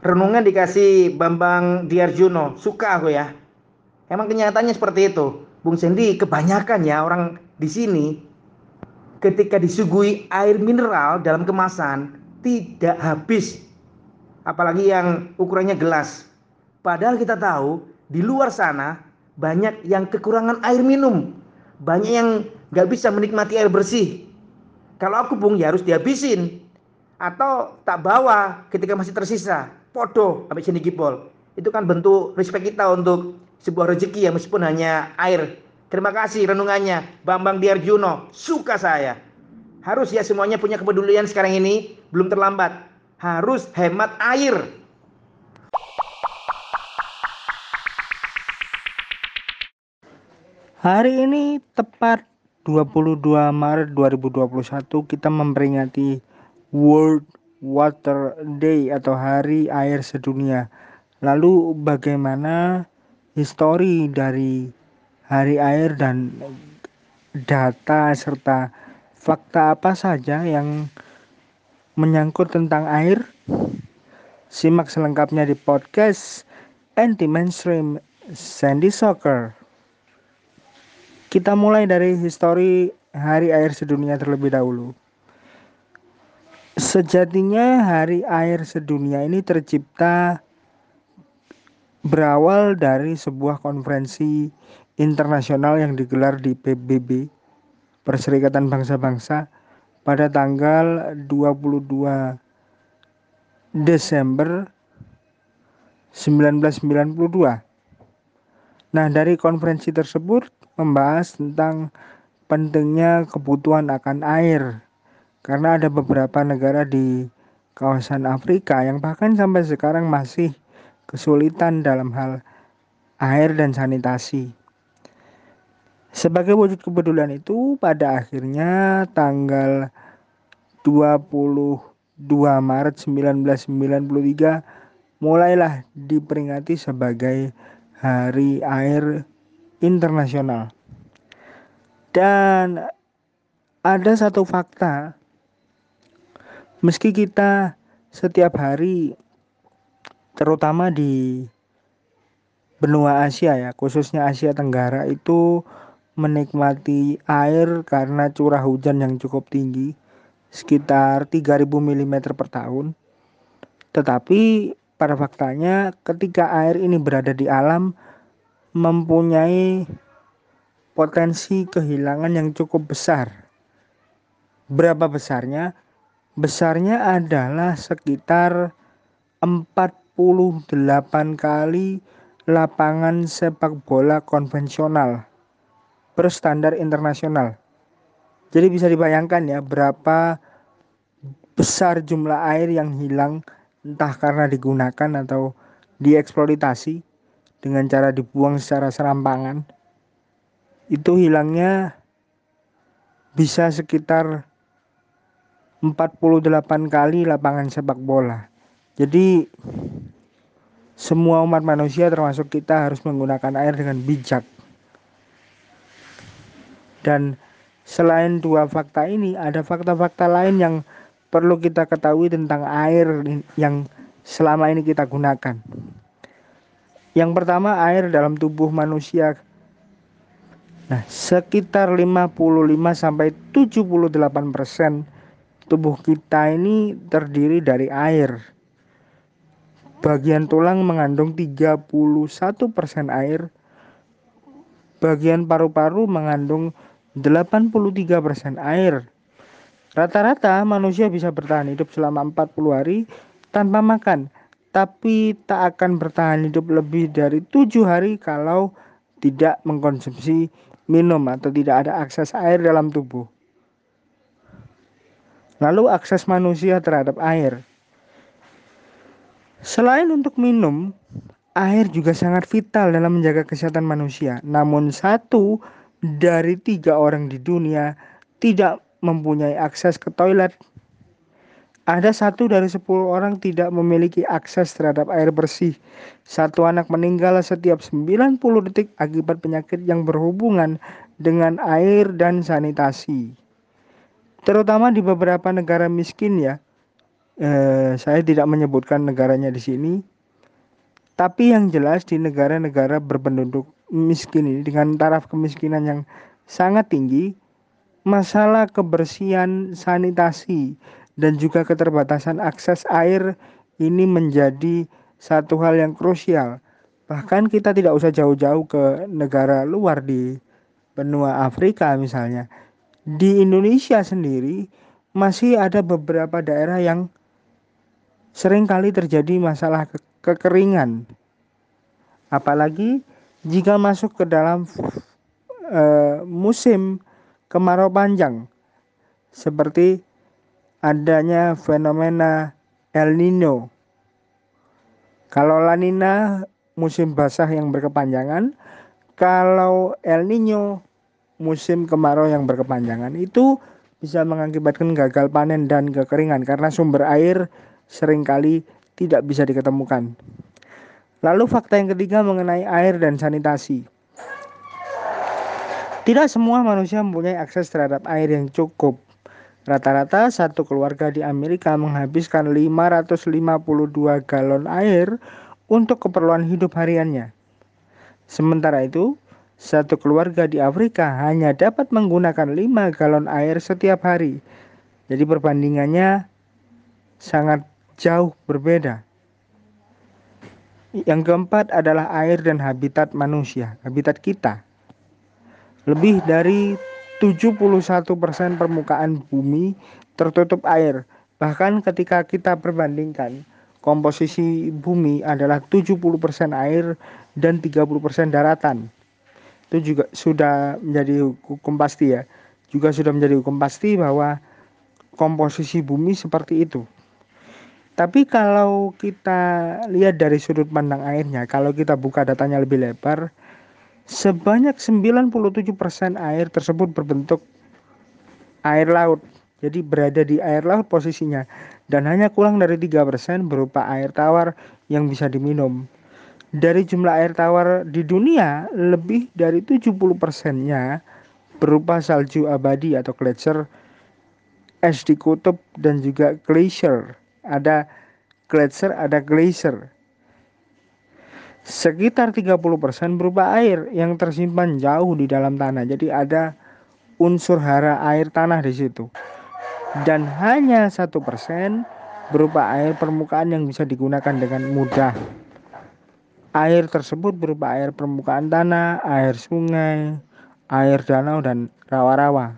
Renungan dikasih Bambang Diarjuno. Suka aku ya. Emang kenyataannya seperti itu. Bung Sendi, kebanyakan ya orang di sini ketika disuguhi air mineral dalam kemasan tidak habis, apalagi yang ukurannya gelas. Padahal kita tahu di luar sana banyak yang kekurangan air minum, banyak yang nggak bisa menikmati air bersih. Kalau aku Bung ya harus dihabisin atau tak bawa ketika masih tersisa. Podo sampai sini gipol. Itu kan bentuk respect kita untuk sebuah rezeki ya meskipun hanya air. Terima kasih renungannya Bambang Diarjuno. Suka saya. Harus ya semuanya punya kepedulian sekarang ini, belum terlambat. Harus hemat air. Hari ini tepat 22 Maret 2021 kita memperingati World Water Day atau Hari Air Sedunia. Lalu bagaimana histori dari Hari Air dan data serta fakta apa saja yang menyangkut tentang air? Simak selengkapnya di podcast Anti Mainstream Sandy Soccer. Kita mulai dari histori Hari Air Sedunia terlebih dahulu. Sejatinya Hari Air Sedunia ini tercipta berawal dari sebuah konferensi internasional yang digelar di PBB, Perserikatan Bangsa-Bangsa, pada tanggal 22 Desember 1992. Nah, dari konferensi tersebut membahas tentang pentingnya kebutuhan akan air, karena ada beberapa negara di kawasan Afrika yang bahkan sampai sekarang masih kesulitan dalam hal air dan sanitasi. Sebagai wujud kepedulian itu, pada akhirnya tanggal 22 Maret 1993 mulailah diperingati sebagai Hari Air Internasional. Dan ada satu fakta, meski kita setiap hari, terutama di benua Asia ya, khususnya Asia Tenggara itu menikmati air karena curah hujan yang cukup tinggi, sekitar 3000 mm per tahun. Tetapi pada faktanya ketika air ini berada di alam mempunyai potensi kehilangan yang cukup besar. Berapa besarnya? Besarnya adalah sekitar 48 kali lapangan sepak bola konvensional berstandar internasional. Jadi bisa dibayangkan ya berapa besar jumlah air yang hilang entah karena digunakan atau dieksploitasi dengan cara dibuang secara serampangan. Itu hilangnya bisa sekitar 48 kali lapangan sepak bola. Jadi semua umat manusia termasuk kita harus menggunakan air dengan bijak. Dan selain dua fakta ini, ada fakta-fakta lain yang perlu kita ketahui tentang air yang selama ini kita gunakan. Yang pertama, air dalam tubuh manusia. Nah, sekitar 55-78% tubuh kita ini terdiri dari air. Bagian tulang mengandung 31% air. Bagian paru-paru mengandung 83% air. Rata-rata manusia bisa bertahan hidup selama 40 hari tanpa makan, tapi tak akan bertahan hidup lebih dari 7 hari kalau tidak mengkonsumsi minum atau tidak ada akses air dalam tubuh. Lalu akses manusia terhadap air. Selain untuk minum, air juga sangat vital dalam menjaga kesehatan manusia. Namun 1 dari 3 orang di dunia tidak mempunyai akses ke toilet. Ada 1 dari 10 orang tidak memiliki akses terhadap air bersih. 1 anak meninggal setiap 90 detik akibat penyakit yang berhubungan dengan air dan sanitasi. Terutama di beberapa negara miskin ya. Saya tidak menyebutkan negaranya di sini, tapi yang jelas di negara-negara berpenduduk miskin ini dengan taraf kemiskinan yang sangat tinggi, masalah kebersihan, sanitasi, dan juga keterbatasan akses air ini menjadi satu hal yang krusial. Bahkan kita tidak usah jauh-jauh ke negara luar di benua Afrika misalnya. Di Indonesia sendiri masih ada beberapa daerah yang sering kali terjadi masalah kekeringan. Apalagi jika masuk ke dalam musim kemarau panjang, seperti adanya fenomena El Nino. Kalau La Nina musim basah yang berkepanjangan, kalau El Nino musim kemarau yang berkepanjangan, itu bisa mengakibatkan gagal panen dan kekeringan karena sumber air seringkali tidak bisa diketemukan. Lalu fakta yang ketiga mengenai air dan sanitasi. Tidak semua manusia mempunyai akses terhadap air yang cukup. Rata-rata satu keluarga di Amerika menghabiskan 552 galon air untuk keperluan hidup hariannya. Sementara itu, satu keluarga di Afrika hanya dapat menggunakan 5 galon air setiap hari. Jadi perbandingannya sangat jauh berbeda. Yang keempat adalah air dan habitat manusia, habitat kita. Lebih dari 71% permukaan bumi tertutup air. Bahkan ketika kita perbandingkan, komposisi bumi adalah 70% air dan 30% daratan. Itu juga sudah menjadi hukum pasti ya. Juga sudah menjadi hukum pasti bahwa komposisi bumi seperti itu. Tapi kalau kita lihat dari sudut pandang airnya, kalau kita buka datanya lebih lebar, sebanyak 97% air tersebut berbentuk air laut. Jadi berada di air laut posisinya. Dan hanya kurang dari 3% berupa air tawar yang bisa diminum. Dari jumlah air tawar di dunia, lebih dari 70%-nya berupa salju abadi atau glacier, es di kutub, dan juga glacier. Ada glacier, ada glacier. Sekitar 30% berupa air yang tersimpan jauh di dalam tanah. Jadi ada unsur hara air tanah di situ. Dan hanya 1% berupa air permukaan yang bisa digunakan dengan mudah. Air tersebut berupa air permukaan tanah, air sungai, air danau, dan rawa-rawa.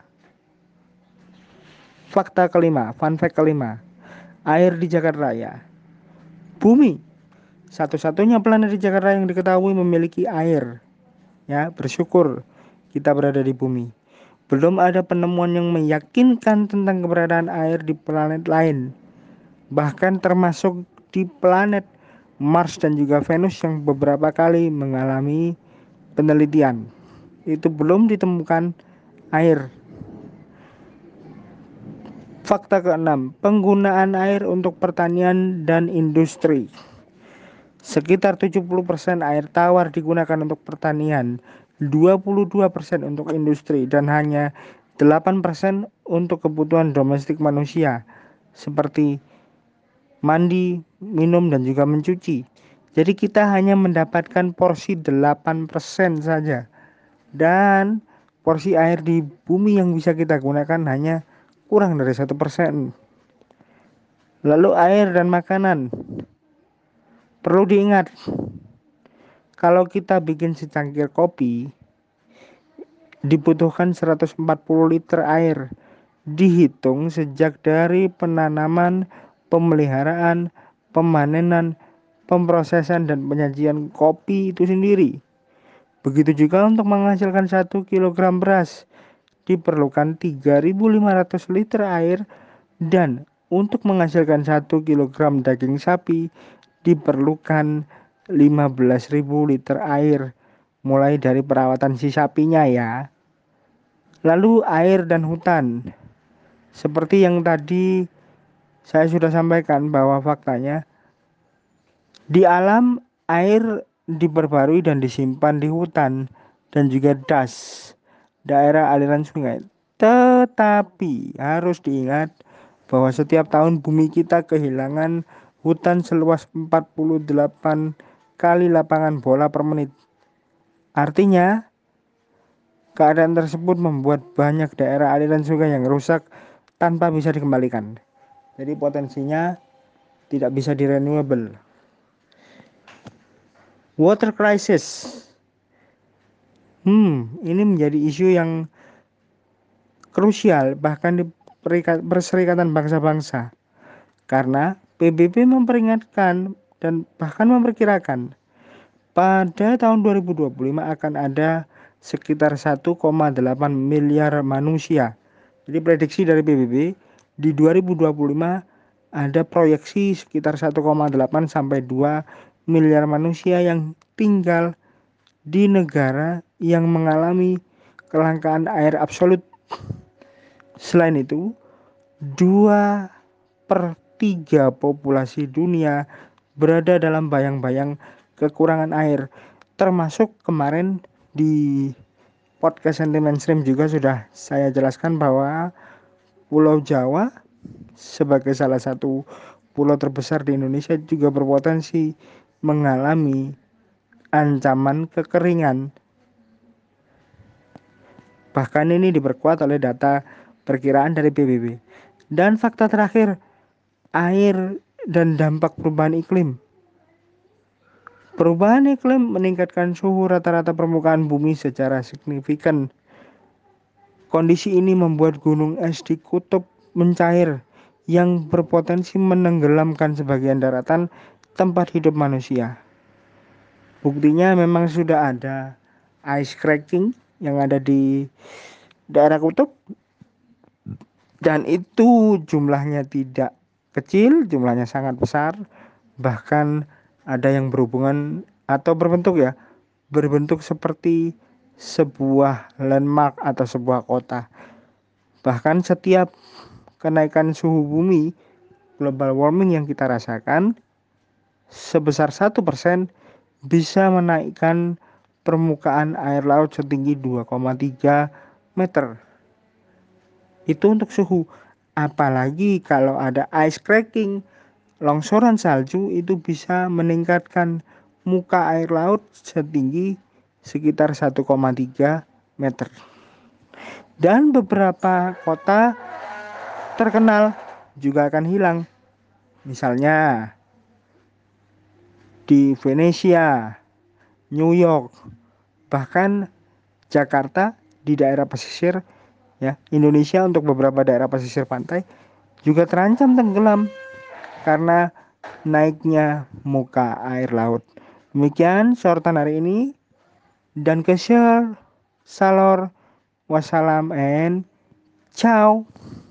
Fakta kelima, fun fact kelima, air di Jakarta Raya. Bumi satu-satunya planet di Jakarta yang diketahui memiliki air. Ya, bersyukur kita berada di bumi. Belum ada penemuan yang meyakinkan tentang keberadaan air di planet lain. Bahkan termasuk di planet Mars dan juga Venus yang beberapa kali mengalami penelitian. Itu belum ditemukan air. Fakta keenam, penggunaan air untuk pertanian dan industri. Sekitar 70% air tawar digunakan untuk pertanian, 22% untuk industri, dan hanya 8% untuk kebutuhan domestik manusia, seperti mandi, minum, dan juga mencuci. Jadi kita hanya mendapatkan porsi 8% saja. Dan porsi air di bumi yang bisa kita gunakan hanya kurang dari 1%. Lalu air dan makanan. Perlu diingat, kalau kita bikin secangkir kopi, dibutuhkan 140 liter air. Dihitung sejak dari penanaman, pemeliharaan, pemanenan, pemrosesan, dan penyajian kopi itu sendiri. Begitu juga untuk menghasilkan 1 kilogram beras, diperlukan 3.500 liter air, dan untuk menghasilkan 1 kilogram daging sapi diperlukan 15.000 liter air, mulai dari perawatan si sapinya ya. Lalu air dan hutan. Seperti yang tadi saya sudah sampaikan bahwa faktanya di alam air diperbarui dan disimpan di hutan dan juga das, daerah aliran sungai. Tetapi harus diingat bahwa setiap tahun bumi kita kehilangan hutan seluas 48 kali lapangan bola per menit. Artinya, keadaan tersebut membuat banyak daerah aliran sungai yang rusak tanpa bisa dikembalikan. Jadi potensinya tidak bisa di-renewable. Water crisis. Ini menjadi isu yang krusial bahkan di Perserikatan Bangsa-Bangsa. Karena PBB memperingatkan dan bahkan memperkirakan pada tahun 2025 akan ada sekitar 1,8 miliar manusia. Jadi prediksi dari PBB di 2025 ada proyeksi sekitar 1,8 sampai 2 miliar manusia yang tinggal di negara yang mengalami kelangkaan air absolut. Selain itu, 2/3 populasi dunia berada dalam bayang-bayang kekurangan air. Termasuk kemarin di podcast Sentimen Stream juga sudah saya jelaskan bahwa Pulau Jawa sebagai salah satu pulau terbesar di Indonesia juga berpotensi mengalami ancaman kekeringan. Bahkan ini diperkuat oleh data perkiraan dari PBB. Dan fakta terakhir, air dan dampak perubahan iklim. Perubahan iklim meningkatkan suhu rata-rata permukaan bumi secara signifikan. Kondisi ini membuat gunung es di kutub mencair yang berpotensi menenggelamkan sebagian daratan tempat hidup manusia. Buktinya memang sudah ada ice cracking yang ada di daerah kutub, dan itu jumlahnya tidak kecil, jumlahnya sangat besar. Bahkan ada yang berhubungan atau berbentuk seperti sebuah landmark atau sebuah kota. Bahkan setiap kenaikan suhu bumi, global warming yang kita rasakan sebesar 1% bisa menaikkan permukaan air laut setinggi 2,3 meter. Itu untuk suhu. Apalagi kalau ada ice cracking, longsoran salju itu bisa meningkatkan muka air laut setinggi sekitar 1,3 meter. Dan beberapa kota terkenal juga akan hilang. Misalnya di Venesia, New York, bahkan Jakarta di daerah pesisir ya, Indonesia untuk beberapa daerah pesisir pantai juga terancam tenggelam karena naiknya muka air laut. Demikian sorotan hari ini, dan ke share, salor, wassalam, and ciao.